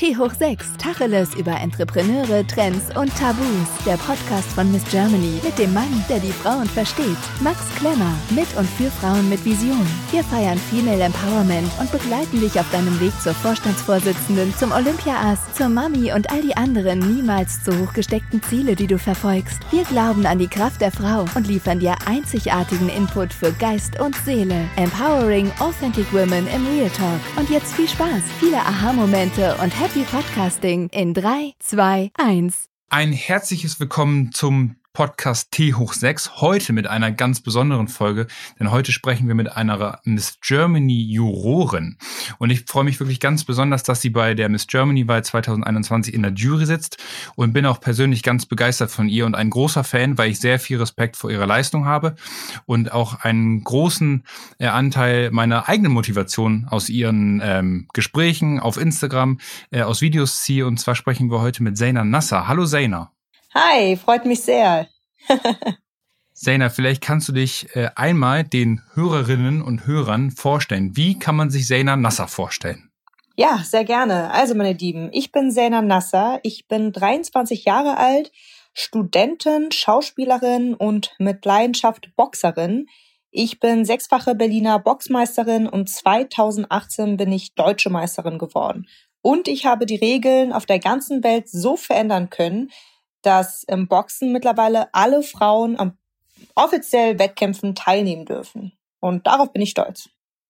T hoch 6, Tacheles über Entrepreneure, Trends und Tabus. Der Podcast von Miss Germany mit dem Mann, der die Frauen versteht. Max Klemmer, mit und für Frauen mit Vision. Wir feiern Female Empowerment und begleiten dich auf deinem Weg zur Vorstandsvorsitzenden, zum Olympia-Ass, zur Mami und all die anderen niemals zu hoch gesteckten Ziele, die du verfolgst. Wir glauben an die Kraft der Frau und liefern dir einzigartigen Input für Geist und Seele. Empowering Authentic Women im Real Talk. Und jetzt viel Spaß, viele Aha-Momente und Happy Podcasting in 3, 2, 1. Ein herzliches Willkommen zum Podcast T hoch 6, heute mit einer ganz besonderen Folge, denn heute sprechen wir mit einer Miss Germany Jurorin. Und ich freue mich wirklich ganz besonders, dass sie bei der Miss Germany Wahl 2021 in der Jury sitzt und bin auch persönlich ganz begeistert von ihr und ein großer Fan, weil ich sehr viel Respekt vor ihrer Leistung habe und auch einen großen Anteil meiner eigenen Motivation aus ihren Gesprächen auf Instagram, aus Videos ziehe. Und zwar sprechen wir heute mit Zeina Nasser. Hallo Zeina. Hi, freut mich sehr. Zeina, vielleicht kannst du dich einmal den Hörerinnen und Hörern vorstellen. Wie kann man sich Zeina Nasser vorstellen? Ja, sehr gerne. Also meine Lieben, ich bin Zeina Nasser. Ich bin 23 Jahre alt, Studentin, Schauspielerin und mit Leidenschaft Boxerin. Ich bin 6-fache Berliner Boxmeisterin und 2018 bin ich Deutsche Meisterin geworden. Und ich habe die Regeln auf der ganzen Welt so verändern können, dass im Boxen mittlerweile alle Frauen am offiziell Wettkämpfen teilnehmen dürfen. Und darauf bin ich stolz.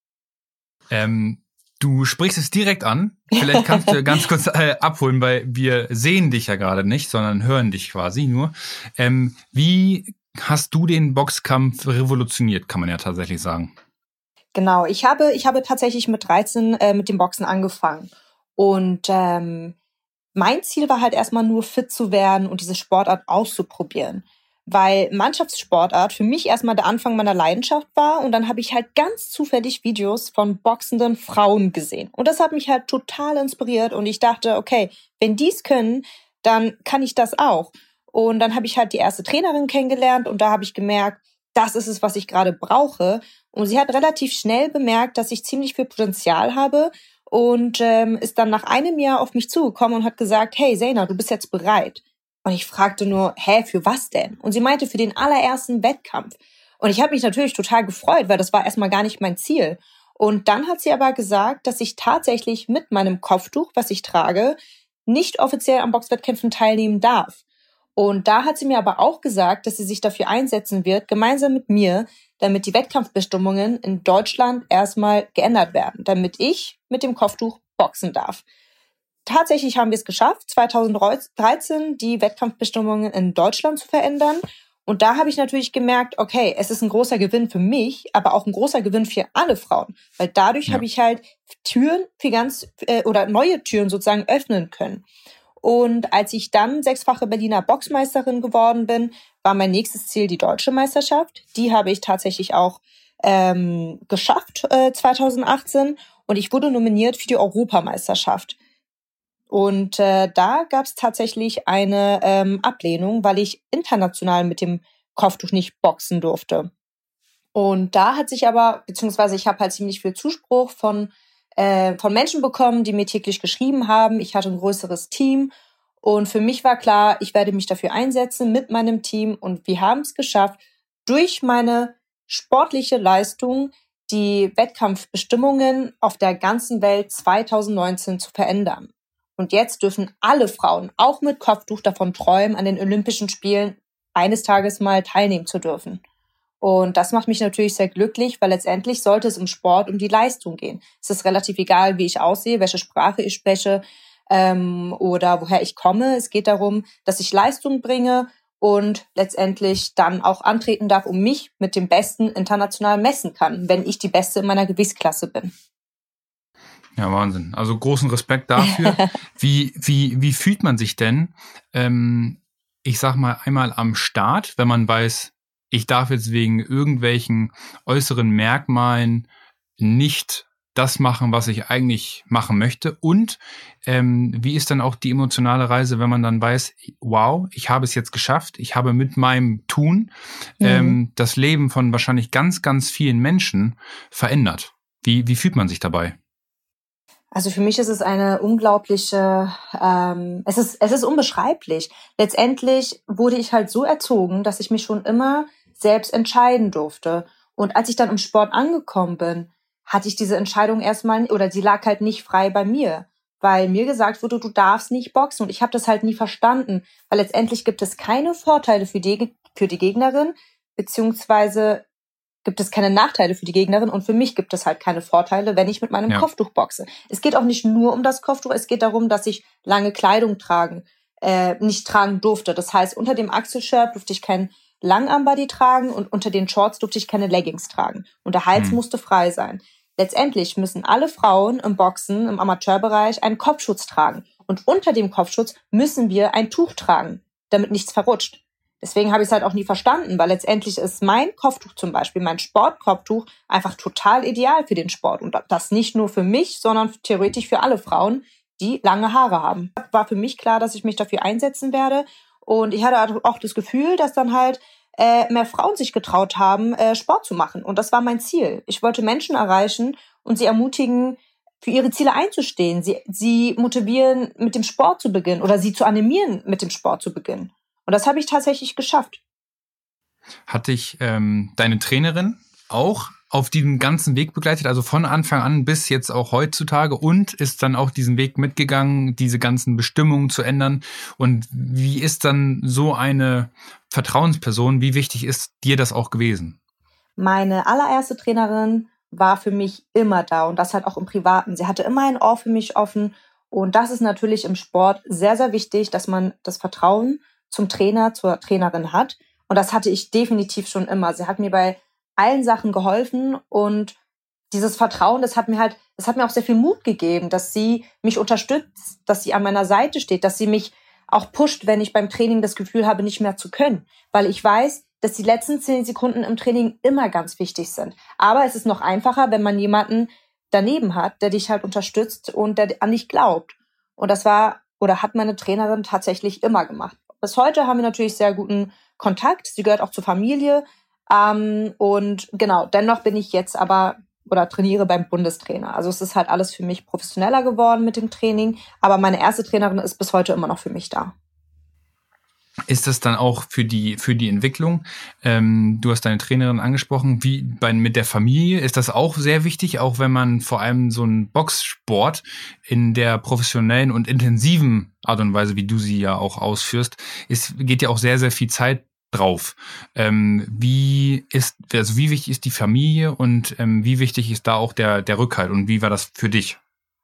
Du sprichst es direkt an. Vielleicht kannst du ganz kurz abholen, weil wir sehen dich ja gerade nicht, sondern hören dich quasi nur. Wie hast du den Boxkampf revolutioniert, kann man ja tatsächlich sagen. Genau, ich habe tatsächlich mit 13 mit dem Boxen angefangen. Und mein Ziel war halt erstmal nur fit zu werden und diese Sportart auszuprobieren. Weil Mannschaftssportart für mich erstmal der Anfang meiner Leidenschaft war und dann habe ich halt ganz zufällig Videos von boxenden Frauen gesehen. Und das hat mich halt total inspiriert und ich dachte, okay, wenn die es können, dann kann ich das auch. Und dann habe ich halt die erste Trainerin kennengelernt und da habe ich gemerkt, das ist es, was ich gerade brauche. Und sie hat relativ schnell bemerkt, dass ich ziemlich viel Potenzial habe und ist dann nach einem Jahr auf mich zugekommen und hat gesagt, hey Zeina, du bist jetzt bereit. Und ich fragte nur, für was denn? Und sie meinte, für den allerersten Wettkampf. Und ich habe mich natürlich total gefreut, weil das war erstmal gar nicht mein Ziel. Und dann hat sie aber gesagt, dass ich tatsächlich mit meinem Kopftuch, was ich trage, nicht offiziell an Boxwettkämpfen teilnehmen darf. Und da hat sie mir aber auch gesagt, dass sie sich dafür einsetzen wird, gemeinsam mit mir, damit die Wettkampfbestimmungen in Deutschland erstmal geändert werden, damit ich mit dem Kopftuch boxen darf. Tatsächlich haben wir es geschafft, 2013 die Wettkampfbestimmungen in Deutschland zu verändern. Und da habe ich natürlich gemerkt, okay, es ist ein großer Gewinn für mich, aber auch ein großer Gewinn für alle Frauen. Weil dadurch habe ich halt Türen für neue Türen sozusagen öffnen können. Und als ich dann 6-fache Berliner Boxmeisterin geworden bin, war mein nächstes Ziel die Deutsche Meisterschaft. Die habe ich tatsächlich auch geschafft 2018 und ich wurde nominiert für die Europameisterschaft. Und da gab es tatsächlich eine Ablehnung, weil ich international mit dem Kopftuch nicht boxen durfte. Und da hat sich aber, beziehungsweise ich habe halt ziemlich viel Zuspruch von Menschen bekommen, die mir täglich geschrieben haben. Ich hatte ein größeres Team und für mich war klar, ich werde mich dafür einsetzen mit meinem Team und wir haben es geschafft, durch meine sportliche Leistung die Wettkampfbestimmungen auf der ganzen Welt 2019 zu verändern. Und jetzt dürfen alle Frauen, auch mit Kopftuch, davon träumen, an den Olympischen Spielen eines Tages mal teilnehmen zu dürfen. Und das macht mich natürlich sehr glücklich, weil letztendlich sollte es im Sport um die Leistung gehen. Es ist relativ egal, wie ich aussehe, welche Sprache ich spreche oder woher ich komme. Es geht darum, dass ich Leistung bringe und letztendlich dann auch antreten darf, um mich mit dem Besten international messen kann, wenn ich die Beste in meiner Gewichtsklasse bin. Ja, Wahnsinn. Also großen Respekt dafür. Wie fühlt man sich denn, ich sag mal, einmal am Start, wenn man weiß, ich darf jetzt wegen irgendwelchen äußeren Merkmalen nicht das machen, was ich eigentlich machen möchte? Und wie ist dann auch die emotionale Reise, wenn man dann weiß, wow, ich habe es jetzt geschafft, ich habe mit meinem Tun das Leben von wahrscheinlich ganz, ganz vielen Menschen verändert. Wie fühlt man sich dabei? Also für mich ist es eine unglaubliche, es ist unbeschreiblich. Letztendlich wurde ich halt so erzogen, dass ich mich schon immer selbst entscheiden durfte. Und als ich dann im Sport angekommen bin, hatte ich diese Entscheidung erstmal, oder sie lag halt nicht frei bei mir, weil mir gesagt wurde, du darfst nicht boxen. Und ich habe das halt nie verstanden, weil letztendlich gibt es keine Vorteile für die Gegnerin, beziehungsweise gibt es keine Nachteile für die Gegnerin und für mich gibt es halt keine Vorteile, wenn ich mit meinem Kopftuch boxe. Es geht auch nicht nur um das Kopftuch, es geht darum, dass ich lange Kleidung nicht tragen durfte. Das heißt, unter dem Achselshirt durfte ich kein Langarmbody tragen und unter den Shorts durfte ich keine Leggings tragen. Und der Hals musste frei sein. Letztendlich müssen alle Frauen im Boxen, im Amateurbereich, einen Kopfschutz tragen. Und unter dem Kopfschutz müssen wir ein Tuch tragen, damit nichts verrutscht. Deswegen habe ich es halt auch nie verstanden, weil letztendlich ist mein Kopftuch zum Beispiel, mein Sportkopftuch, einfach total ideal für den Sport. Und das nicht nur für mich, sondern theoretisch für alle Frauen, die lange Haare haben. War für mich klar, dass ich mich dafür einsetzen werde. Und ich hatte auch das Gefühl, dass dann halt mehr Frauen sich getraut haben, Sport zu machen. Und das war mein Ziel. Ich wollte Menschen erreichen und sie ermutigen, für ihre Ziele einzustehen. Sie motivieren, mit dem Sport zu beginnen oder sie zu animieren, mit dem Sport zu beginnen. Und das habe ich tatsächlich geschafft. Hat dich deine Trainerin auch auf diesem ganzen Weg begleitet, also von Anfang an bis jetzt auch heutzutage, und ist dann auch diesen Weg mitgegangen, diese ganzen Bestimmungen zu ändern? Und wie ist dann so eine Vertrauensperson, wie wichtig ist dir das auch gewesen? Meine allererste Trainerin war für mich immer da und das halt auch im Privaten. Sie hatte immer ein Ohr für mich offen und das ist natürlich im Sport sehr, sehr wichtig, dass man das Vertrauen zum Trainer, zur Trainerin hat. Und das hatte ich definitiv schon immer. Sie hat mir bei allen Sachen geholfen und dieses Vertrauen, das hat mir auch sehr viel Mut gegeben, dass sie mich unterstützt, dass sie an meiner Seite steht, dass sie mich auch pusht, wenn ich beim Training das Gefühl habe, nicht mehr zu können. Weil ich weiß, dass die letzten 10 Sekunden im Training immer ganz wichtig sind. Aber es ist noch einfacher, wenn man jemanden daneben hat, der dich halt unterstützt und der an dich glaubt. Und das hat meine Trainerin tatsächlich immer gemacht. Bis heute haben wir natürlich sehr guten Kontakt. Sie gehört auch zur Familie. Und genau, dennoch bin ich jetzt trainiere beim Bundestrainer. Also es ist halt alles für mich professioneller geworden mit dem Training. Aber meine erste Trainerin ist bis heute immer noch für mich da. Ist das dann auch für die Entwicklung? Du hast deine Trainerin angesprochen, mit der Familie ist das auch sehr wichtig, auch wenn man vor allem so einen Boxsport in der professionellen und intensiven Art und Weise, wie du sie ja auch ausführst, geht ja auch sehr, sehr viel Zeit drauf. Wie wichtig ist die Familie und wie wichtig ist da auch der Rückhalt und wie war das für dich?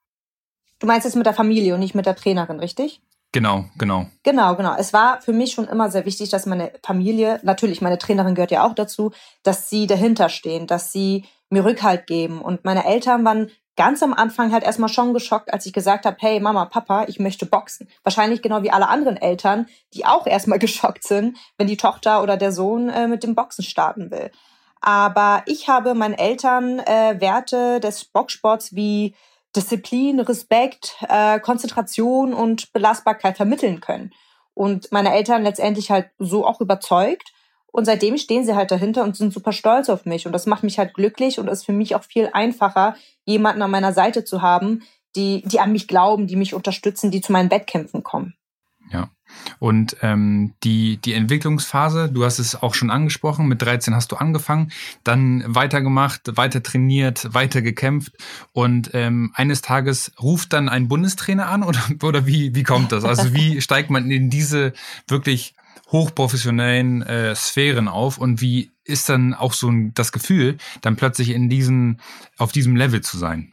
Du meinst jetzt mit der Familie und nicht mit der Trainerin, richtig? Genau. Genau. Es war für mich schon immer sehr wichtig, dass meine Familie, natürlich meine Trainerin gehört ja auch dazu, dass sie dahinter stehen, dass sie mir Rückhalt geben. Und meine Eltern waren ganz am Anfang halt erstmal schon geschockt, als ich gesagt habe, hey Mama, Papa, ich möchte boxen. Wahrscheinlich genau wie alle anderen Eltern, die auch erstmal geschockt sind, wenn die Tochter oder der Sohn mit dem Boxen starten will. Aber ich habe meinen Eltern Werte des Boxsports wie Disziplin, Respekt, Konzentration und Belastbarkeit vermitteln können. Und meine Eltern letztendlich halt so auch überzeugt. Und seitdem stehen sie halt dahinter und sind super stolz auf mich. Und das macht mich halt glücklich und ist für mich auch viel einfacher, jemanden an meiner Seite zu haben, die an mich glauben, die mich unterstützen, die zu meinen Wettkämpfen kommen. Ja. Und die Entwicklungsphase, du hast es auch schon angesprochen, mit 13 hast du angefangen, dann weitergemacht, weiter trainiert, weiter gekämpft und eines Tages ruft dann ein Bundestrainer an oder wie kommt das? Also wie steigt man in diese wirklich hochprofessionellen Sphären auf und wie ist dann auch so das Gefühl, dann plötzlich auf diesem Level zu sein?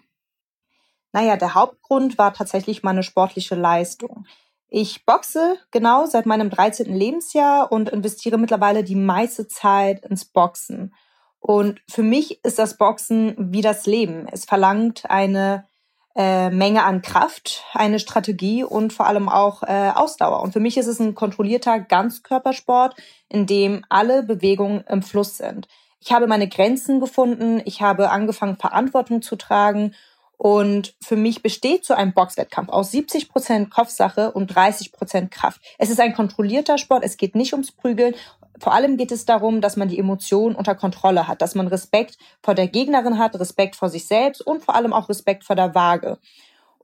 Naja, der Hauptgrund war tatsächlich meine sportliche Leistung. Ich boxe genau seit meinem 13. Lebensjahr und investiere mittlerweile die meiste Zeit ins Boxen. Und für mich ist das Boxen wie das Leben. Es verlangt eine Menge an Kraft, eine Strategie und vor allem auch Ausdauer. Und für mich ist es ein kontrollierter Ganzkörpersport, in dem alle Bewegungen im Fluss sind. Ich habe meine Grenzen gefunden, ich habe angefangen, Verantwortung zu tragen. Und für mich besteht so ein Boxwettkampf aus 70% Kopfsache und 30% Kraft. Es ist ein kontrollierter Sport, es geht nicht ums Prügeln. Vor allem geht es darum, dass man die Emotionen unter Kontrolle hat, dass man Respekt vor der Gegnerin hat, Respekt vor sich selbst und vor allem auch Respekt vor der Waage.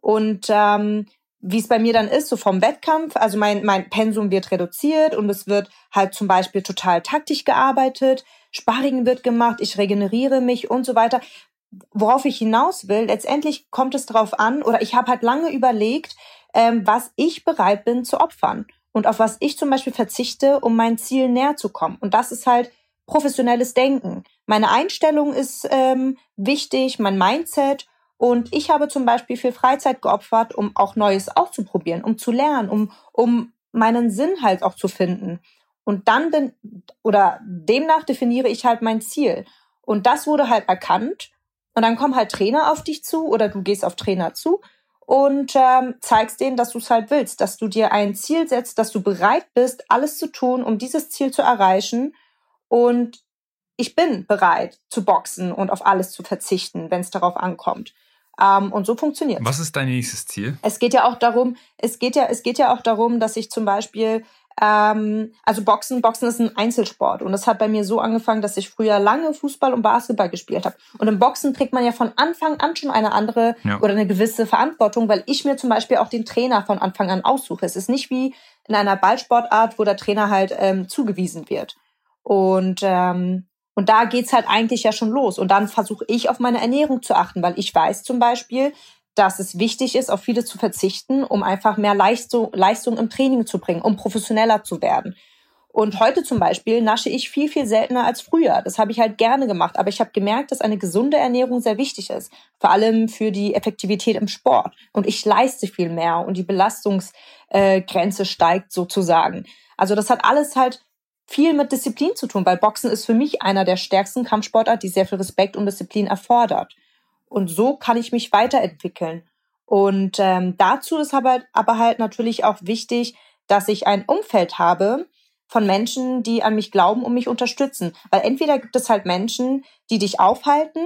Und wie es bei mir dann ist, so vom Wettkampf, also mein Pensum wird reduziert und es wird halt zum Beispiel total taktisch gearbeitet, Sparring wird gemacht, ich regeneriere mich und so weiter. Worauf ich hinaus will, letztendlich kommt es darauf an, oder ich habe halt lange überlegt, was ich bereit bin zu opfern und auf was ich zum Beispiel verzichte, um meinem Ziel näher zu kommen. Und das ist halt professionelles Denken. Meine Einstellung ist wichtig, mein Mindset. Und ich habe zum Beispiel viel Freizeit geopfert, um auch Neues auszuprobieren, um zu lernen, um meinen Sinn halt auch zu finden. Und dann demnach definiere ich halt mein Ziel. Und das wurde halt erkannt. Und dann kommen halt Trainer auf dich zu oder du gehst auf Trainer zu und zeigst denen, dass du es halt willst, dass du dir ein Ziel setzt, dass du bereit bist, alles zu tun, um dieses Ziel zu erreichen. Und ich bin bereit zu boxen und auf alles zu verzichten, wenn es darauf ankommt. Und so funktioniert es. Was ist dein nächstes Ziel? Es geht ja auch darum, dass ich zum Beispiel, also Boxen ist ein Einzelsport. Und das hat bei mir so angefangen, dass ich früher lange Fußball und Basketball gespielt habe. Und im Boxen trägt man ja von Anfang an schon eine andere oder eine gewisse Verantwortung, weil ich mir zum Beispiel auch den Trainer von Anfang an aussuche. Es ist nicht wie in einer Ballsportart, wo der Trainer halt zugewiesen wird. Und da geht's halt eigentlich ja schon los. Und dann versuche ich auf meine Ernährung zu achten, weil ich weiß zum Beispiel, dass es wichtig ist, auf vieles zu verzichten, um einfach mehr Leistung im Training zu bringen, um professioneller zu werden. Und heute zum Beispiel nasche ich viel, viel seltener als früher. Das habe ich halt gerne gemacht. Aber ich habe gemerkt, dass eine gesunde Ernährung sehr wichtig ist. Vor allem für die Effektivität im Sport. Und ich leiste viel mehr und die Belastungsgrenze steigt sozusagen. Also das hat alles halt viel mit Disziplin zu tun, weil Boxen ist für mich einer der stärksten Kampfsportarten, die sehr viel Respekt und Disziplin erfordert. Und so kann ich mich weiterentwickeln. Und dazu ist aber halt natürlich auch wichtig, dass ich ein Umfeld habe von Menschen, die an mich glauben und mich unterstützen. Weil entweder gibt es halt Menschen, die dich aufhalten,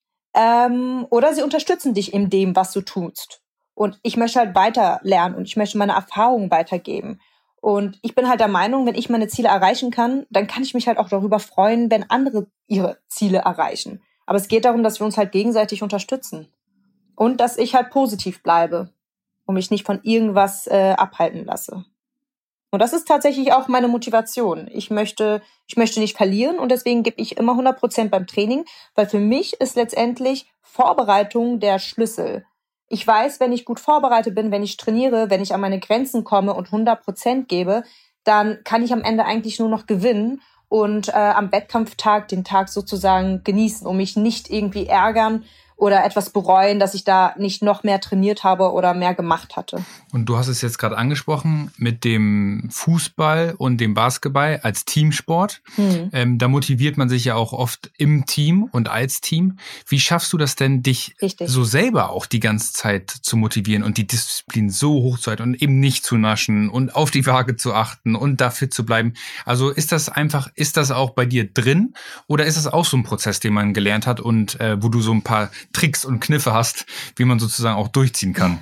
oder sie unterstützen dich in dem, was du tust. Und ich möchte halt weiter lernen und ich möchte meine Erfahrungen weitergeben. Und ich bin halt der Meinung, wenn ich meine Ziele erreichen kann, dann kann ich mich halt auch darüber freuen, wenn andere ihre Ziele erreichen. Aber es geht darum, dass wir uns halt gegenseitig unterstützen. Und dass ich halt positiv bleibe und mich nicht von irgendwas abhalten lasse. Und das ist tatsächlich auch meine Motivation. Ich möchte nicht verlieren und deswegen gebe ich immer 100% beim Training, weil für mich ist letztendlich Vorbereitung der Schlüssel. Ich weiß, wenn ich gut vorbereitet bin, wenn ich trainiere, wenn ich an meine Grenzen komme und 100% gebe, dann kann ich am Ende eigentlich nur noch gewinnen und am Wettkampftag den Tag sozusagen genießen und mich nicht irgendwie ärgern oder etwas bereuen, dass ich da nicht noch mehr trainiert habe oder mehr gemacht hatte. Und du hast es jetzt gerade angesprochen mit dem Fußball und dem Basketball als Teamsport. Da motiviert man sich ja auch oft im Team und als Team. Wie schaffst du das denn, dich so selber auch die ganze Zeit zu motivieren und die Disziplin so hoch zu halten und eben nicht zu naschen und auf die Waage zu achten und da fit zu bleiben? Also ist das auch bei dir drin oder ist das auch so ein Prozess, den man gelernt hat und wo du so ein paar Tricks und Kniffe hast, wie man sozusagen auch durchziehen kann?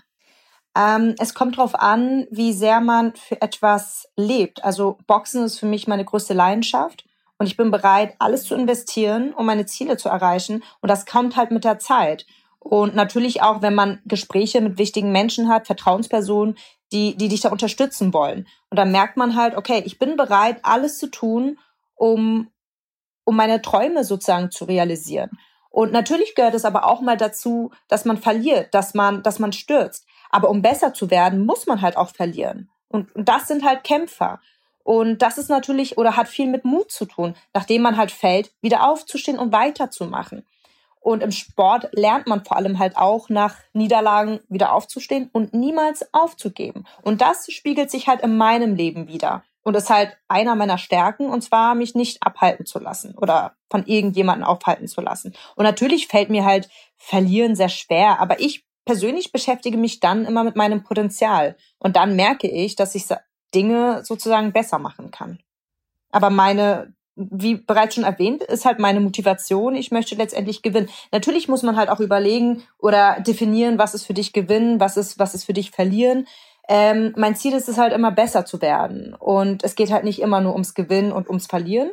Es kommt darauf an, wie sehr man für etwas lebt. Also Boxen ist für mich meine größte Leidenschaft und ich bin bereit, alles zu investieren, um meine Ziele zu erreichen. Und das kommt halt mit der Zeit. Und natürlich auch, wenn man Gespräche mit wichtigen Menschen hat, Vertrauenspersonen, die dich da unterstützen wollen. Und dann merkt man halt, okay, ich bin bereit, alles zu tun, um meine Träume sozusagen zu realisieren. Und natürlich gehört es aber auch mal dazu, dass man verliert, dass man stürzt. Aber um besser zu werden, muss man halt auch verlieren. Und das sind halt Kämpfer. Und das ist natürlich oder hat viel mit Mut zu tun, nachdem man halt fällt, wieder aufzustehen und weiterzumachen. Und im Sport lernt man vor allem halt auch nach Niederlagen wieder aufzustehen und niemals aufzugeben. Und das spiegelt sich halt in meinem Leben wieder. Und ist halt einer meiner Stärken, und zwar mich nicht abhalten zu lassen oder von irgendjemandem aufhalten zu lassen. Und natürlich fällt mir halt Verlieren sehr schwer, aber ich persönlich beschäftige mich dann immer mit meinem Potenzial. Und dann merke ich, dass ich Dinge sozusagen besser machen kann. Aber wie bereits schon erwähnt, ist halt meine Motivation, ich möchte letztendlich gewinnen. Natürlich muss man halt auch überlegen oder definieren, was ist für dich gewinnen, was ist für dich verlieren. Mein Ziel ist es halt immer besser zu werden. Und es geht halt nicht immer nur ums Gewinnen und ums Verlieren,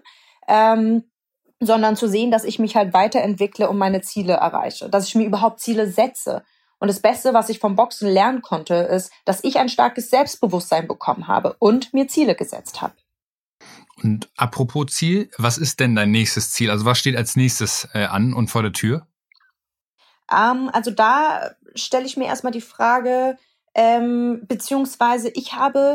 sondern zu sehen, dass ich mich halt weiterentwickle und meine Ziele erreiche. Dass ich mir überhaupt Ziele setze. Und das Beste, was ich vom Boxen lernen konnte, ist, dass ich ein starkes Selbstbewusstsein bekommen habe und mir Ziele gesetzt habe. Und apropos Ziel, was ist denn dein nächstes Ziel? Also was steht als nächstes an und vor der Tür? Also da stelle ich mir erstmal die Frage, beziehungsweise ich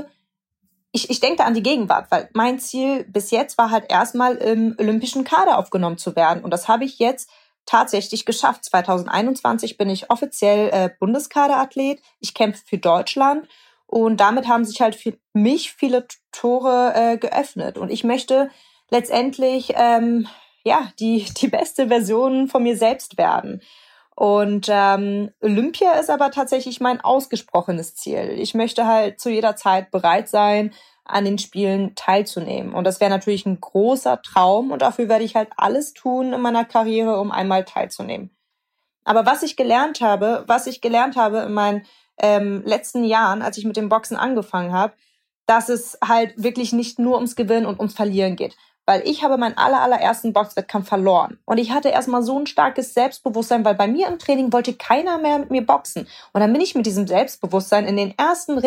denke da an die Gegenwart, weil mein Ziel bis jetzt war halt erstmal im olympischen Kader aufgenommen zu werden. Und das habe ich jetzt tatsächlich geschafft. 2021 bin ich offiziell Bundeskaderathlet. Ich kämpfe für Deutschland. Und damit haben sich halt für mich viele Tore geöffnet. Und ich möchte letztendlich die beste Version von mir selbst werden. Und Olympia ist aber tatsächlich mein ausgesprochenes Ziel. Ich möchte halt zu jeder Zeit bereit sein, an den Spielen teilzunehmen. Und das wäre natürlich ein großer Traum. Und dafür werde ich halt alles tun in meiner Karriere, um einmal teilzunehmen. Aber was ich gelernt habe in meinen letzten Jahren, als ich mit dem Boxen angefangen habe, dass es halt wirklich nicht nur ums Gewinnen und ums Verlieren geht. Weil ich habe meinen allerersten Boxwettkampf verloren. Und ich hatte erstmal so ein starkes Selbstbewusstsein, weil bei mir im Training wollte keiner mehr mit mir boxen. Und dann bin ich mit diesem Selbstbewusstsein in den ersten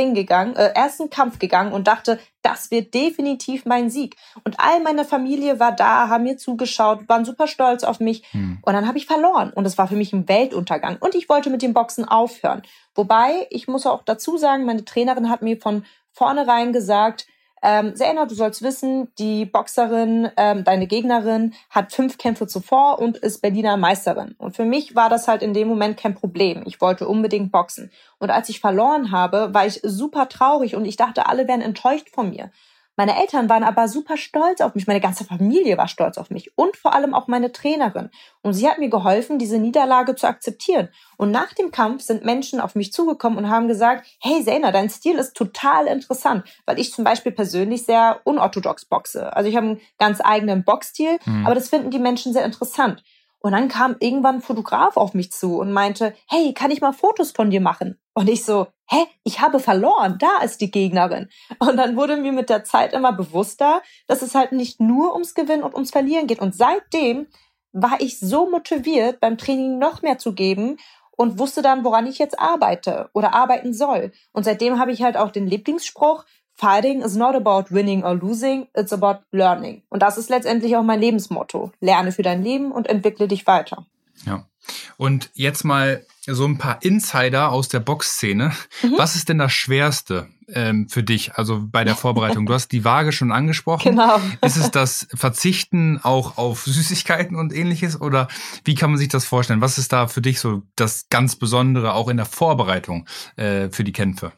Kampf gegangen und dachte, das wird definitiv mein Sieg. Und all meine Familie war da, haben mir zugeschaut, waren super stolz auf mich. Und dann habe ich verloren. Und es war für mich ein Weltuntergang. Und ich wollte mit dem Boxen aufhören. Wobei, ich muss auch dazu sagen, meine Trainerin hat mir von vornherein gesagt, Zeina, du sollst wissen, die Boxerin, deine Gegnerin, hat 5 Kämpfe zuvor und ist Berliner Meisterin. Und für mich war das halt in dem Moment kein Problem. Ich wollte unbedingt boxen. Und als ich verloren habe, war ich super traurig und ich dachte, alle wären enttäuscht von mir. Meine Eltern waren aber super stolz auf mich. Meine ganze Familie war stolz auf mich und vor allem auch meine Trainerin. Und sie hat mir geholfen, diese Niederlage zu akzeptieren. Und nach dem Kampf sind Menschen auf mich zugekommen und haben gesagt, hey Zeina, dein Stil ist total interessant, weil ich zum Beispiel persönlich sehr unorthodox boxe. Also ich habe einen ganz eigenen Boxstil, aber das finden die Menschen sehr interessant. Und dann kam irgendwann ein Fotograf auf mich zu und meinte, hey, kann ich mal Fotos von dir machen? Und ich so, ich habe verloren, da ist die Gegnerin. Und dann wurde mir mit der Zeit immer bewusster, dass es halt nicht nur ums Gewinnen und ums Verlieren geht. Und seitdem war ich so motiviert, beim Training noch mehr zu geben und wusste dann, woran ich jetzt arbeite oder arbeiten soll. Und seitdem habe ich halt auch den Lieblingsspruch, Fighting is not about winning or losing, it's about learning. Und das ist letztendlich auch mein Lebensmotto. Lerne für dein Leben und entwickle dich weiter. Ja. Und jetzt mal so ein paar Insider aus der Boxszene. Was ist denn das Schwerste für dich, also bei der Vorbereitung? Du hast die Waage schon angesprochen. Genau. Ist es das Verzichten auch auf Süßigkeiten und Ähnliches? Oder wie kann man sich das vorstellen? Was ist da für dich so das ganz Besondere auch in der Vorbereitung für die Kämpfe?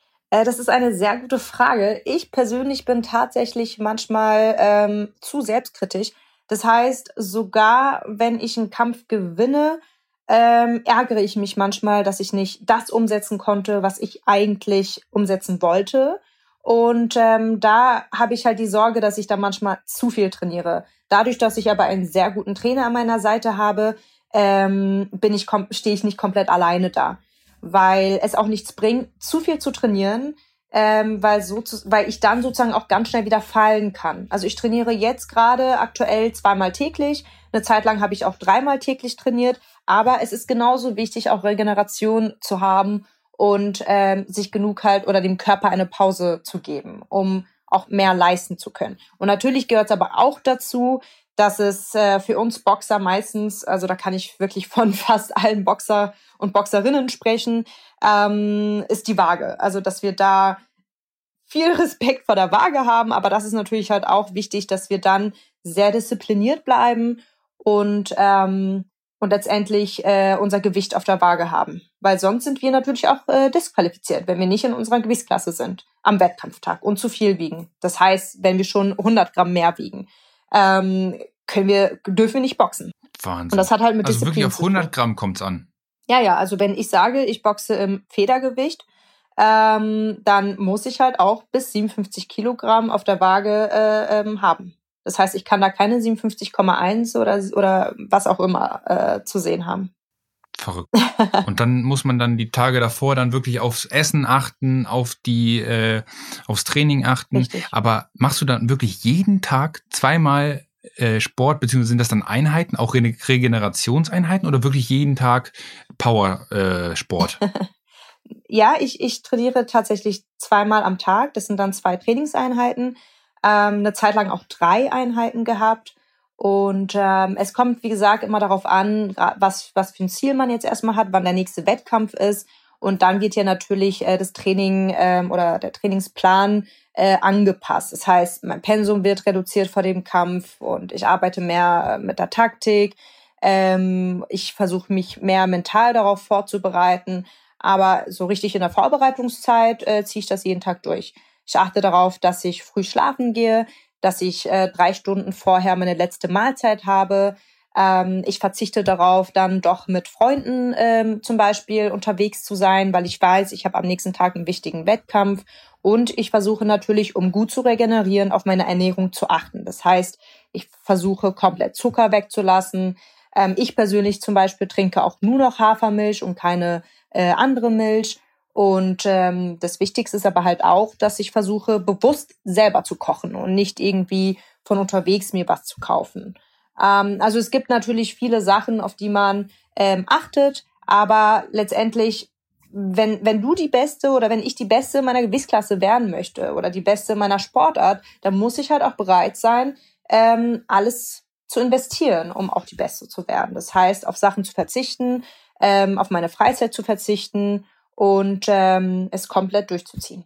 Das ist eine sehr gute Frage. Ich persönlich bin tatsächlich manchmal zu selbstkritisch. Das heißt, sogar wenn ich einen Kampf gewinne, ärgere ich mich manchmal, dass ich nicht das umsetzen konnte, was ich eigentlich umsetzen wollte. Und da habe ich halt die Sorge, dass ich da manchmal zu viel trainiere. Dadurch, dass ich aber einen sehr guten Trainer an meiner Seite habe, stehe ich nicht komplett alleine da. Weil es auch nichts bringt, zu viel zu trainieren, weil ich dann sozusagen auch ganz schnell wieder fallen kann. Also ich trainiere jetzt gerade aktuell 2-mal täglich. Eine Zeit lang habe ich auch 3-mal täglich trainiert. Aber es ist genauso wichtig, auch Regeneration zu haben und sich genug halt oder dem Körper eine Pause zu geben, um auch mehr leisten zu können. Und natürlich gehört es aber auch dazu, dass es für uns Boxer meistens, also da kann ich wirklich von fast allen Boxer und Boxerinnen sprechen, ist die Waage. Also dass wir da viel Respekt vor der Waage haben, aber das ist natürlich halt auch wichtig, dass wir dann sehr diszipliniert bleiben und letztendlich unser Gewicht auf der Waage haben. Weil sonst sind wir natürlich auch disqualifiziert, wenn wir nicht in unserer Gewichtsklasse sind am Wettkampftag und zu viel wiegen. Das heißt, wenn wir schon 100 Gramm mehr wiegen, dürfen wir nicht boxen. Wahnsinn. Und das hat halt mit also Disziplin wirklich auf 100 Gramm kommt's an. Ja, also wenn ich sage, ich boxe im Federgewicht, dann muss ich halt auch bis 57 Kilogramm auf der Waage haben. Das heißt, ich kann da keine 57,1 oder was auch immer zu sehen haben. Verrückt. Und dann muss man dann die Tage davor dann wirklich aufs Essen achten, aufs Training achten. Richtig. Aber machst du dann wirklich jeden Tag 2-mal Sport, beziehungsweise sind das dann Einheiten, auch Regenerationseinheiten oder wirklich jeden Tag Power-Sport? Ja, ich trainiere tatsächlich 2-mal am Tag. Das sind dann 2 Trainingseinheiten. Eine Zeit lang auch 3 Einheiten gehabt. Und es kommt, wie gesagt, immer darauf an, was für ein Ziel man jetzt erstmal hat, wann der nächste Wettkampf ist. Und dann wird ja natürlich das Training oder der Trainingsplan angepasst. Das heißt, mein Pensum wird reduziert vor dem Kampf und ich arbeite mehr mit der Taktik. Ich versuche mich mehr mental darauf vorzubereiten. Aber so richtig in der Vorbereitungszeit ziehe ich das jeden Tag durch. Ich achte darauf, dass ich früh schlafen gehe, dass ich 3 Stunden vorher meine letzte Mahlzeit habe. Ich verzichte darauf, dann doch mit Freunden zum Beispiel unterwegs zu sein, weil ich weiß, ich habe am nächsten Tag einen wichtigen Wettkampf. Und ich versuche natürlich, um gut zu regenerieren, auf meine Ernährung zu achten. Das heißt, ich versuche komplett Zucker wegzulassen. Ich persönlich zum Beispiel trinke auch nur noch Hafermilch und keine andere Milch. Und das Wichtigste ist aber halt auch, dass ich versuche, bewusst selber zu kochen und nicht irgendwie von unterwegs mir was zu kaufen. Also es gibt natürlich viele Sachen, auf die man achtet, aber letztendlich, wenn du die Beste oder wenn ich die Beste meiner Gewichtsklasse werden möchte oder die Beste meiner Sportart, dann muss ich halt auch bereit sein, alles zu investieren, um auch die Beste zu werden. Das heißt, auf Sachen zu verzichten, auf meine Freizeit zu verzichten und es komplett durchzuziehen.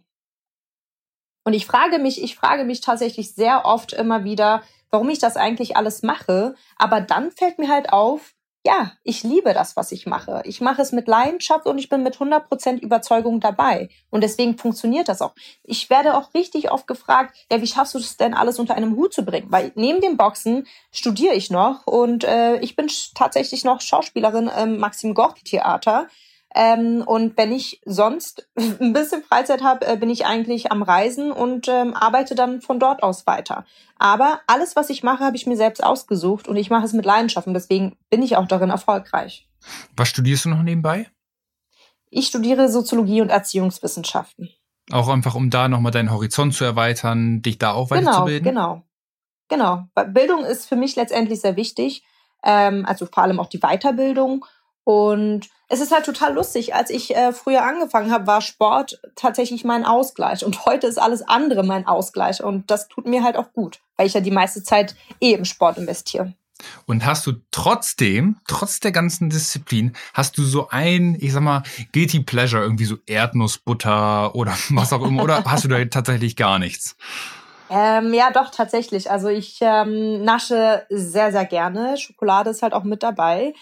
Und ich frage mich tatsächlich sehr oft immer wieder, warum ich das eigentlich alles mache. Aber dann fällt mir halt auf, ja, ich liebe das, was ich mache. Ich mache es mit Leidenschaft und ich bin mit 100% Überzeugung dabei. Und deswegen funktioniert das auch. Ich werde auch richtig oft gefragt, ja, wie schaffst du das denn alles unter einem Hut zu bringen? Weil neben dem Boxen studiere ich noch und ich bin tatsächlich noch Schauspielerin im Maxim Gorki Theater. Und wenn ich sonst ein bisschen Freizeit habe, bin ich eigentlich am Reisen und arbeite dann von dort aus weiter. Aber alles, was ich mache, habe ich mir selbst ausgesucht und ich mache es mit Leidenschaft und deswegen bin ich auch darin erfolgreich. Was studierst du noch nebenbei? Ich studiere Soziologie und Erziehungswissenschaften. Auch einfach, um da nochmal deinen Horizont zu erweitern, dich da auch weiterzubilden? Genau. Bildung ist für mich letztendlich sehr wichtig, also vor allem auch die Weiterbildung. Und es ist halt total lustig. Als ich früher angefangen habe, war Sport tatsächlich mein Ausgleich. Und heute ist alles andere mein Ausgleich. Und das tut mir halt auch gut, weil ich ja die meiste Zeit im Sport investiere. Und hast du trotz der ganzen Disziplin, hast du so ein, ich sag mal, Guilty Pleasure, irgendwie so Erdnussbutter oder was auch immer, oder hast du da tatsächlich gar nichts? Ja, doch, tatsächlich. Also ich nasche sehr, sehr gerne. Schokolade ist halt auch mit dabei.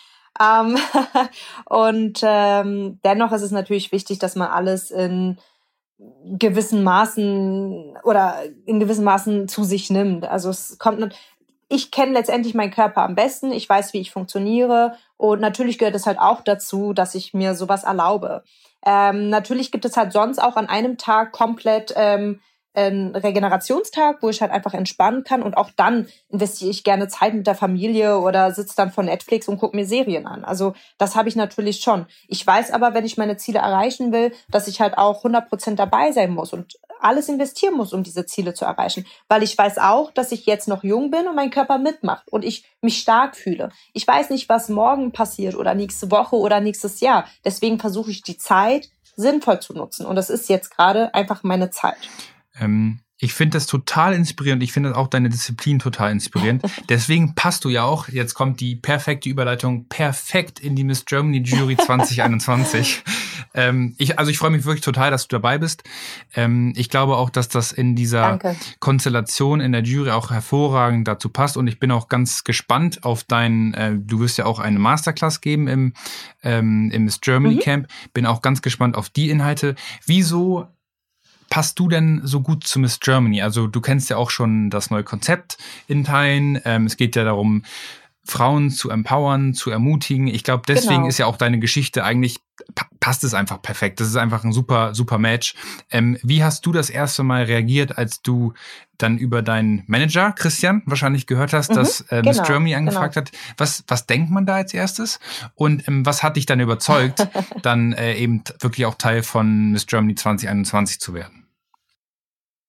Und dennoch ist es natürlich wichtig, dass man alles in gewissen Maßen zu sich nimmt. Also ich kenne letztendlich meinen Körper am besten, ich weiß, wie ich funktioniere und natürlich gehört es halt auch dazu, dass ich mir sowas erlaube. Natürlich gibt es halt sonst auch an einem Tag komplett einen Regenerationstag, wo ich halt einfach entspannen kann und auch dann investiere ich gerne Zeit mit der Familie oder sitze dann vor Netflix und gucke mir Serien an. Also das habe ich natürlich schon. Ich weiß aber, wenn ich meine Ziele erreichen will, dass ich halt auch 100% dabei sein muss und alles investieren muss, um diese Ziele zu erreichen. Weil ich weiß auch, dass ich jetzt noch jung bin und mein Körper mitmacht und ich mich stark fühle. Ich weiß nicht, was morgen passiert oder nächste Woche oder nächstes Jahr. Deswegen versuche ich die Zeit sinnvoll zu nutzen und das ist jetzt gerade einfach meine Zeit. Ich finde das total inspirierend. Ich finde auch deine Disziplin total inspirierend. Deswegen passt du ja auch, jetzt kommt die perfekte Überleitung, perfekt in die Miss Germany Jury 2021. Ich freue mich wirklich total, dass du dabei bist. Ich glaube auch, dass das in dieser Konstellation in der Jury auch hervorragend dazu passt. Und ich bin auch ganz gespannt auf du wirst ja auch eine Masterclass geben im Miss Germany Camp. Bin auch ganz gespannt auf die Inhalte. Wieso passt du denn so gut zu Miss Germany? Also du kennst ja auch schon das neue Konzept in Teilen. Es geht ja darum, Frauen zu empowern, zu ermutigen. Ich glaube, deswegen ist ja auch deine Geschichte eigentlich, passt es einfach perfekt. Das ist einfach ein super, super Match. Wie hast du das erste Mal reagiert, als du dann über deinen Manager, Christian, wahrscheinlich gehört hast, dass Miss Germany angefragt hat? Was denkt man da als erstes? Und was hat dich dann überzeugt, dann eben wirklich auch Teil von Miss Germany 2021 zu werden?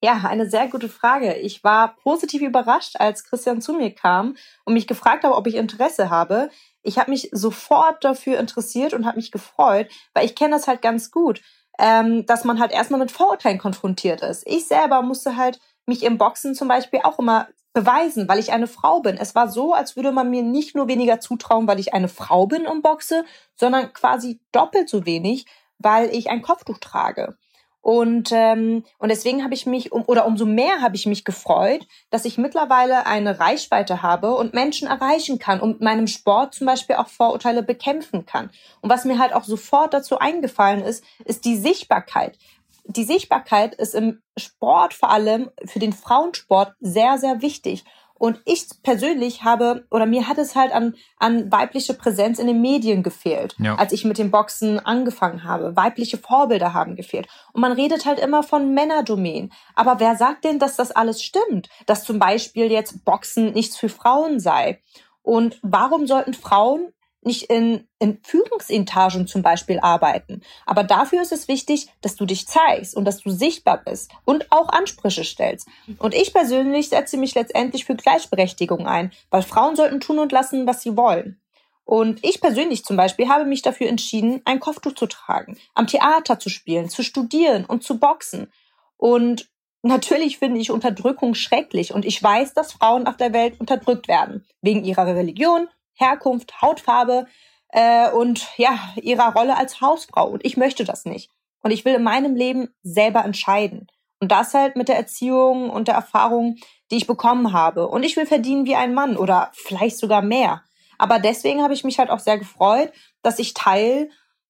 Ja, eine sehr gute Frage. Ich war positiv überrascht, als Christian zu mir kam und mich gefragt hat, ob ich Interesse habe. Ich habe mich sofort dafür interessiert und habe mich gefreut, weil ich kenne das halt ganz gut, dass man halt erstmal mit Vorurteilen konfrontiert ist. Ich selber musste halt mich im Boxen zum Beispiel auch immer beweisen, weil ich eine Frau bin. Es war so, als würde man mir nicht nur weniger zutrauen, weil ich eine Frau bin und boxe, sondern quasi doppelt so wenig, weil ich ein Kopftuch trage. Und deswegen habe ich mich, umso mehr habe ich mich gefreut, dass ich mittlerweile eine Reichweite habe und Menschen erreichen kann und mit meinem Sport zum Beispiel auch Vorurteile bekämpfen kann. Und was mir halt auch sofort dazu eingefallen ist die Sichtbarkeit. Die Sichtbarkeit ist im Sport, vor allem für den Frauensport, sehr, sehr wichtig. Und ich persönlich mir hat es halt an weibliche Präsenz in den Medien gefehlt, als ich mit dem Boxen angefangen habe. Weibliche Vorbilder haben gefehlt. Und man redet halt immer von Männerdomänen. Aber wer sagt denn, dass das alles stimmt? Dass zum Beispiel jetzt Boxen nichts für Frauen sei? Und warum sollten Frauen nicht in Führungsetagen zum Beispiel arbeiten? Aber dafür ist es wichtig, dass du dich zeigst und dass du sichtbar bist und auch Ansprüche stellst. Und ich persönlich setze mich letztendlich für Gleichberechtigung ein, weil Frauen sollten tun und lassen, was sie wollen. Und ich persönlich zum Beispiel habe mich dafür entschieden, ein Kopftuch zu tragen, am Theater zu spielen, zu studieren und zu boxen. Und natürlich finde ich Unterdrückung schrecklich und ich weiß, dass Frauen auf der Welt unterdrückt werden, wegen ihrer Religion, Herkunft, Hautfarbe und ihrer Rolle als Hausfrau. Und ich möchte das nicht. Und ich will in meinem Leben selber entscheiden. Und das halt mit der Erziehung und der Erfahrung, die ich bekommen habe. Und ich will verdienen wie ein Mann oder vielleicht sogar mehr. Aber deswegen habe ich mich halt auch sehr gefreut, dass ich Teil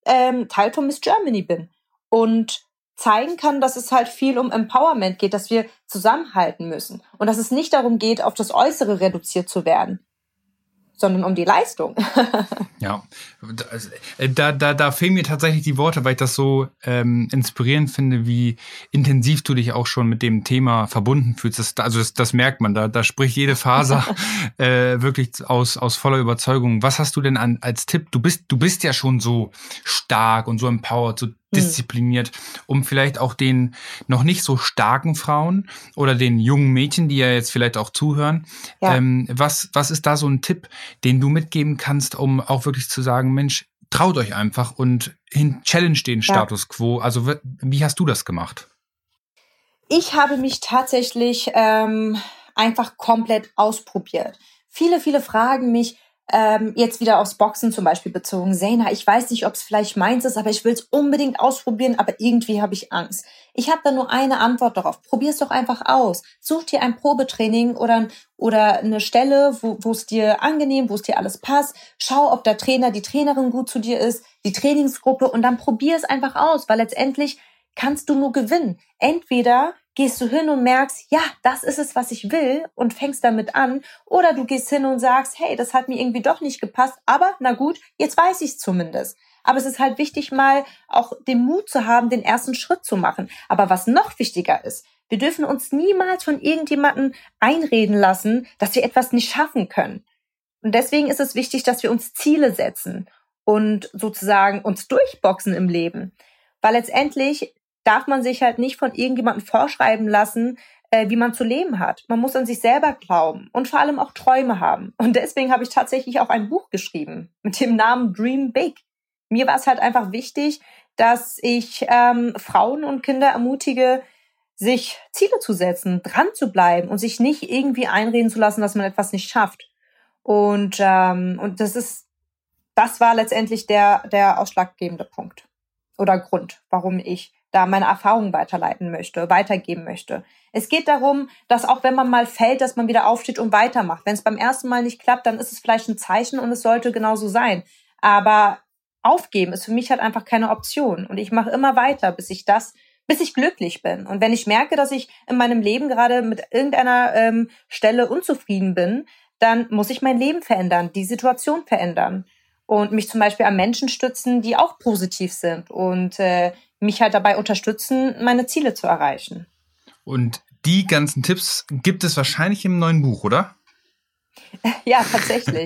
von Miss Germany bin. Und zeigen kann, dass es halt viel um Empowerment geht, dass wir zusammenhalten müssen. Und dass es nicht darum geht, auf das Äußere reduziert zu werden, sondern um die Leistung. Ja, da fehlen mir tatsächlich die Worte, weil ich das so inspirierend finde, wie intensiv du dich auch schon mit dem Thema verbunden fühlst. Das merkt man, da spricht jede Faser wirklich aus voller Überzeugung. Was hast du denn als Tipp? Du bist ja schon so stark und so empowered, so diszipliniert, um vielleicht auch den noch nicht so starken Frauen oder den jungen Mädchen, die ja jetzt vielleicht auch zuhören, was ist da so ein Tipp, den du mitgeben kannst, um auch wirklich zu sagen, Mensch, traut euch einfach und challenge den Status quo. Also wie hast du das gemacht? Ich habe mich tatsächlich einfach komplett ausprobiert. Viele fragen mich, jetzt wieder aufs Boxen zum Beispiel bezogen. Zeina, ich weiß nicht, ob es vielleicht meins ist, aber ich will es unbedingt ausprobieren, aber irgendwie habe ich Angst. Ich habe da nur eine Antwort darauf. Probier es doch einfach aus. Such dir ein Probetraining oder eine Stelle, wo es dir angenehm, wo es dir alles passt. Schau, ob der Trainer, die Trainerin gut zu dir ist, die Trainingsgruppe und dann probier es einfach aus, weil letztendlich kannst du nur gewinnen. Entweder gehst du hin und merkst, ja, das ist es, was ich will und fängst damit an. Oder du gehst hin und sagst, hey, das hat mir irgendwie doch nicht gepasst, aber na gut, jetzt weiß ich es zumindest. Aber es ist halt wichtig, mal auch den Mut zu haben, den ersten Schritt zu machen. Aber was noch wichtiger ist, wir dürfen uns niemals von irgendjemandem einreden lassen, dass wir etwas nicht schaffen können. Und deswegen ist es wichtig, dass wir uns Ziele setzen und sozusagen uns durchboxen im Leben. Weil letztendlich darf man sich halt nicht von irgendjemandem vorschreiben lassen, wie man zu leben hat. Man muss an sich selber glauben und vor allem auch Träume haben. Und deswegen habe ich tatsächlich auch ein Buch geschrieben mit dem Namen Dream Big. Mir war es halt einfach wichtig, dass ich Frauen und Kinder ermutige, sich Ziele zu setzen, dran zu bleiben und sich nicht irgendwie einreden zu lassen, dass man etwas nicht schafft. Und das war letztendlich der ausschlaggebende Punkt oder Grund, warum ich da meine Erfahrungen weitergeben möchte. Es geht darum, dass auch wenn man mal fällt, dass man wieder aufsteht und weitermacht. Wenn es beim ersten Mal nicht klappt, dann ist es vielleicht ein Zeichen und es sollte genauso sein. Aber aufgeben ist für mich halt einfach keine Option. Und ich mache immer weiter, bis ich glücklich bin. Und wenn ich merke, dass ich in meinem Leben gerade mit irgendeiner Stelle unzufrieden bin, dann muss ich mein Leben verändern, die Situation verändern. Und mich zum Beispiel an Menschen stützen, die auch positiv sind und mich halt dabei unterstützen, meine Ziele zu erreichen. Und die ganzen Tipps gibt es wahrscheinlich im neuen Buch, oder? Ja, tatsächlich.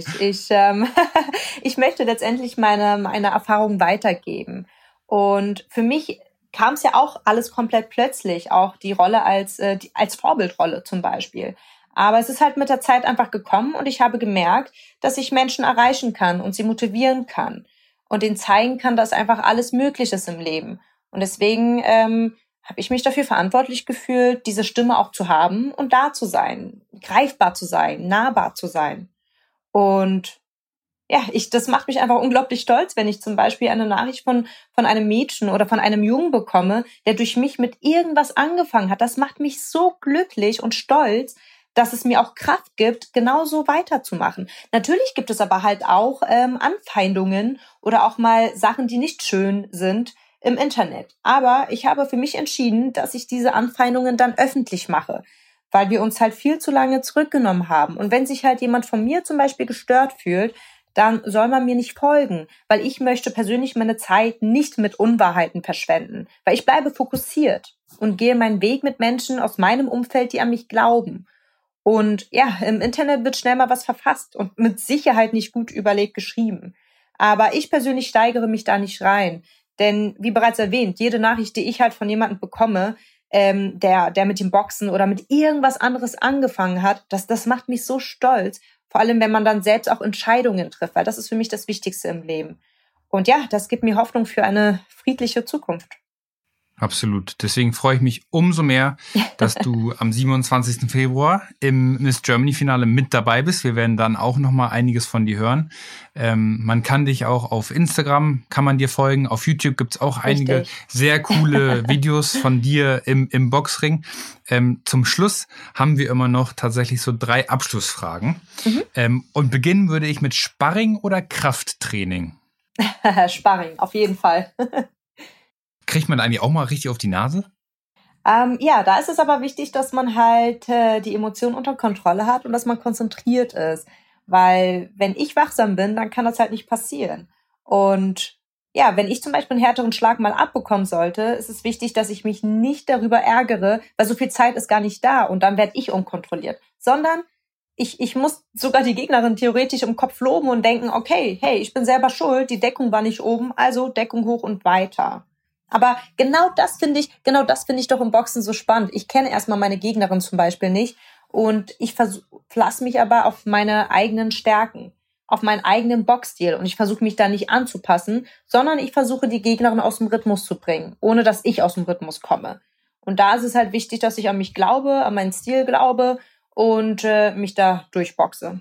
Ich möchte letztendlich meine Erfahrungen weitergeben. Und für mich kam es ja auch alles komplett plötzlich, auch die Rolle als Vorbildrolle zum Beispiel. Aber es ist halt mit der Zeit einfach gekommen und ich habe gemerkt, dass ich Menschen erreichen kann und sie motivieren kann und ihnen zeigen kann, dass einfach alles möglich ist im Leben. Und deswegen habe ich mich dafür verantwortlich gefühlt, diese Stimme auch zu haben und da zu sein, greifbar zu sein, nahbar zu sein. Und ja, das macht mich einfach unglaublich stolz, wenn ich zum Beispiel eine Nachricht von einem Mädchen oder von einem Jungen bekomme, der durch mich mit irgendwas angefangen hat. Das macht mich so glücklich und stolz, dass es mir auch Kraft gibt, genauso weiterzumachen. Natürlich gibt es aber halt auch Anfeindungen oder auch mal Sachen, die nicht schön sind im Internet. Aber ich habe für mich entschieden, dass ich diese Anfeindungen dann öffentlich mache, weil wir uns halt viel zu lange zurückgenommen haben. Und wenn sich halt jemand von mir zum Beispiel gestört fühlt, dann soll man mir nicht folgen, weil ich möchte persönlich meine Zeit nicht mit Unwahrheiten verschwenden, weil ich bleibe fokussiert und gehe meinen Weg mit Menschen aus meinem Umfeld, die an mich glauben. Und ja, im Internet wird schnell mal was verfasst und mit Sicherheit nicht gut überlegt geschrieben. Aber ich persönlich steigere mich da nicht rein, denn wie bereits erwähnt, jede Nachricht, die ich halt von jemandem bekomme, der mit dem Boxen oder mit irgendwas anderes angefangen hat, das macht mich so stolz. Vor allem, wenn man dann selbst auch Entscheidungen trifft, weil das ist für mich das Wichtigste im Leben. Und ja, das gibt mir Hoffnung für eine friedliche Zukunft. Absolut. Deswegen freue ich mich umso mehr, dass du am 27. Februar im Miss Germany Finale mit dabei bist. Wir werden dann auch nochmal einiges von dir hören. Man kann dich auch auf Instagram, kann man dir folgen. Auf YouTube gibt's auch einige sehr coole Videos von dir im Boxring. Zum Schluss haben wir immer noch tatsächlich so 3 Abschlussfragen. Und beginnen würde ich mit Sparring oder Krafttraining? Sparring, auf jeden Fall. Kriegt man eigentlich auch mal richtig auf die Nase? Ja, da ist es aber wichtig, dass man halt die Emotionen unter Kontrolle hat und dass man konzentriert ist. Weil wenn ich wachsam bin, dann kann das halt nicht passieren. Und ja, wenn ich zum Beispiel einen härteren Schlag mal abbekommen sollte, ist es wichtig, dass ich mich nicht darüber ärgere, weil so viel Zeit ist gar nicht da und dann werde ich unkontrolliert. Sondern ich muss sogar die Gegnerin theoretisch im Kopf loben und denken, okay, hey, ich bin selber schuld, die Deckung war nicht oben, also Deckung hoch und weiter. Aber genau das finde ich doch im Boxen so spannend. Ich kenne erstmal meine Gegnerin zum Beispiel nicht und ich verlasse mich aber auf meine eigenen Stärken, auf meinen eigenen Boxstil und ich versuche mich da nicht anzupassen, sondern ich versuche die Gegnerin aus dem Rhythmus zu bringen, ohne dass ich aus dem Rhythmus komme. Und da ist es halt wichtig, dass ich an mich glaube, an meinen Stil glaube und mich da durchboxe.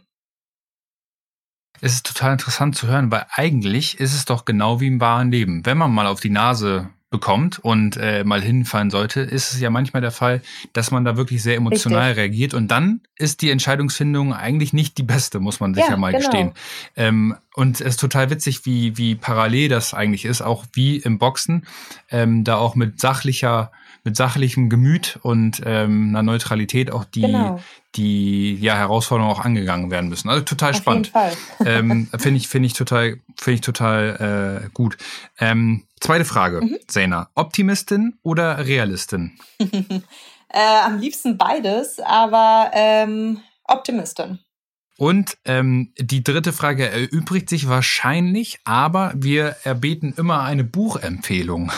Es ist total interessant zu hören, weil eigentlich ist es doch genau wie im wahren Leben. Wenn man mal auf die Nase bekommt und mal hinfallen sollte, ist es ja manchmal der Fall, dass man da wirklich sehr emotional reagiert und dann ist die Entscheidungsfindung eigentlich nicht die beste, muss man sich ja mal gestehen. Und es ist total witzig, wie parallel das eigentlich ist, auch wie im Boxen, da auch mit sachlichem Gemüt und einer Neutralität auch die Herausforderungen auch angegangen werden müssen. Also total spannend. Finde ich total gut. Zweite Frage, Zeina. Optimistin oder Realistin? Am liebsten beides, aber Optimistin. Und die dritte Frage erübrigt sich wahrscheinlich, aber wir erbeten immer eine Buchempfehlung.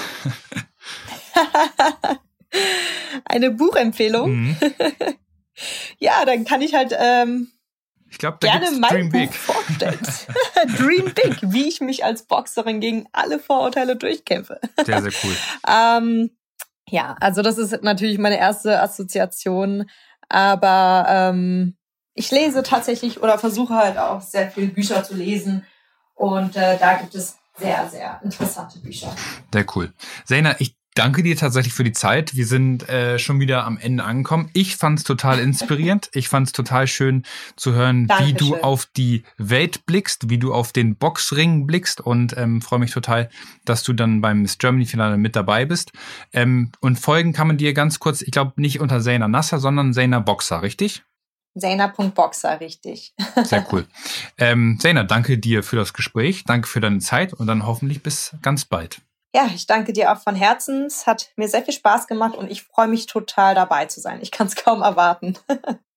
Eine Buchempfehlung? Ja, dann kann ich halt ich glaube, da gerne mein Buch vorstellen. Dream Big, wie ich mich als Boxerin gegen alle Vorurteile durchkämpfe. Sehr, sehr cool. Ja, also das ist natürlich meine erste Assoziation, aber ich lese tatsächlich oder versuche halt auch sehr viele Bücher zu lesen und da gibt es sehr, sehr interessante Bücher. Sehr cool. Zeina, ich danke dir tatsächlich für die Zeit. Wir sind schon wieder am Ende angekommen. Ich fand es total inspirierend. Ich fand es total schön zu hören, wie du auf die Welt blickst, wie du auf den Boxring blickst und freue mich total, dass du dann beim Miss Germany Finale mit dabei bist. Und folgen kann man dir ganz kurz, ich glaube nicht unter Zeina Nasser, sondern Zeina Boxer, richtig? Zeina.boxer, richtig. Sehr cool. Zeina, danke dir für das Gespräch. Danke für deine Zeit und dann hoffentlich bis ganz bald. Ja, ich danke dir auch von Herzen. Es hat mir sehr viel Spaß gemacht und ich freue mich total dabei zu sein. Ich kann es kaum erwarten.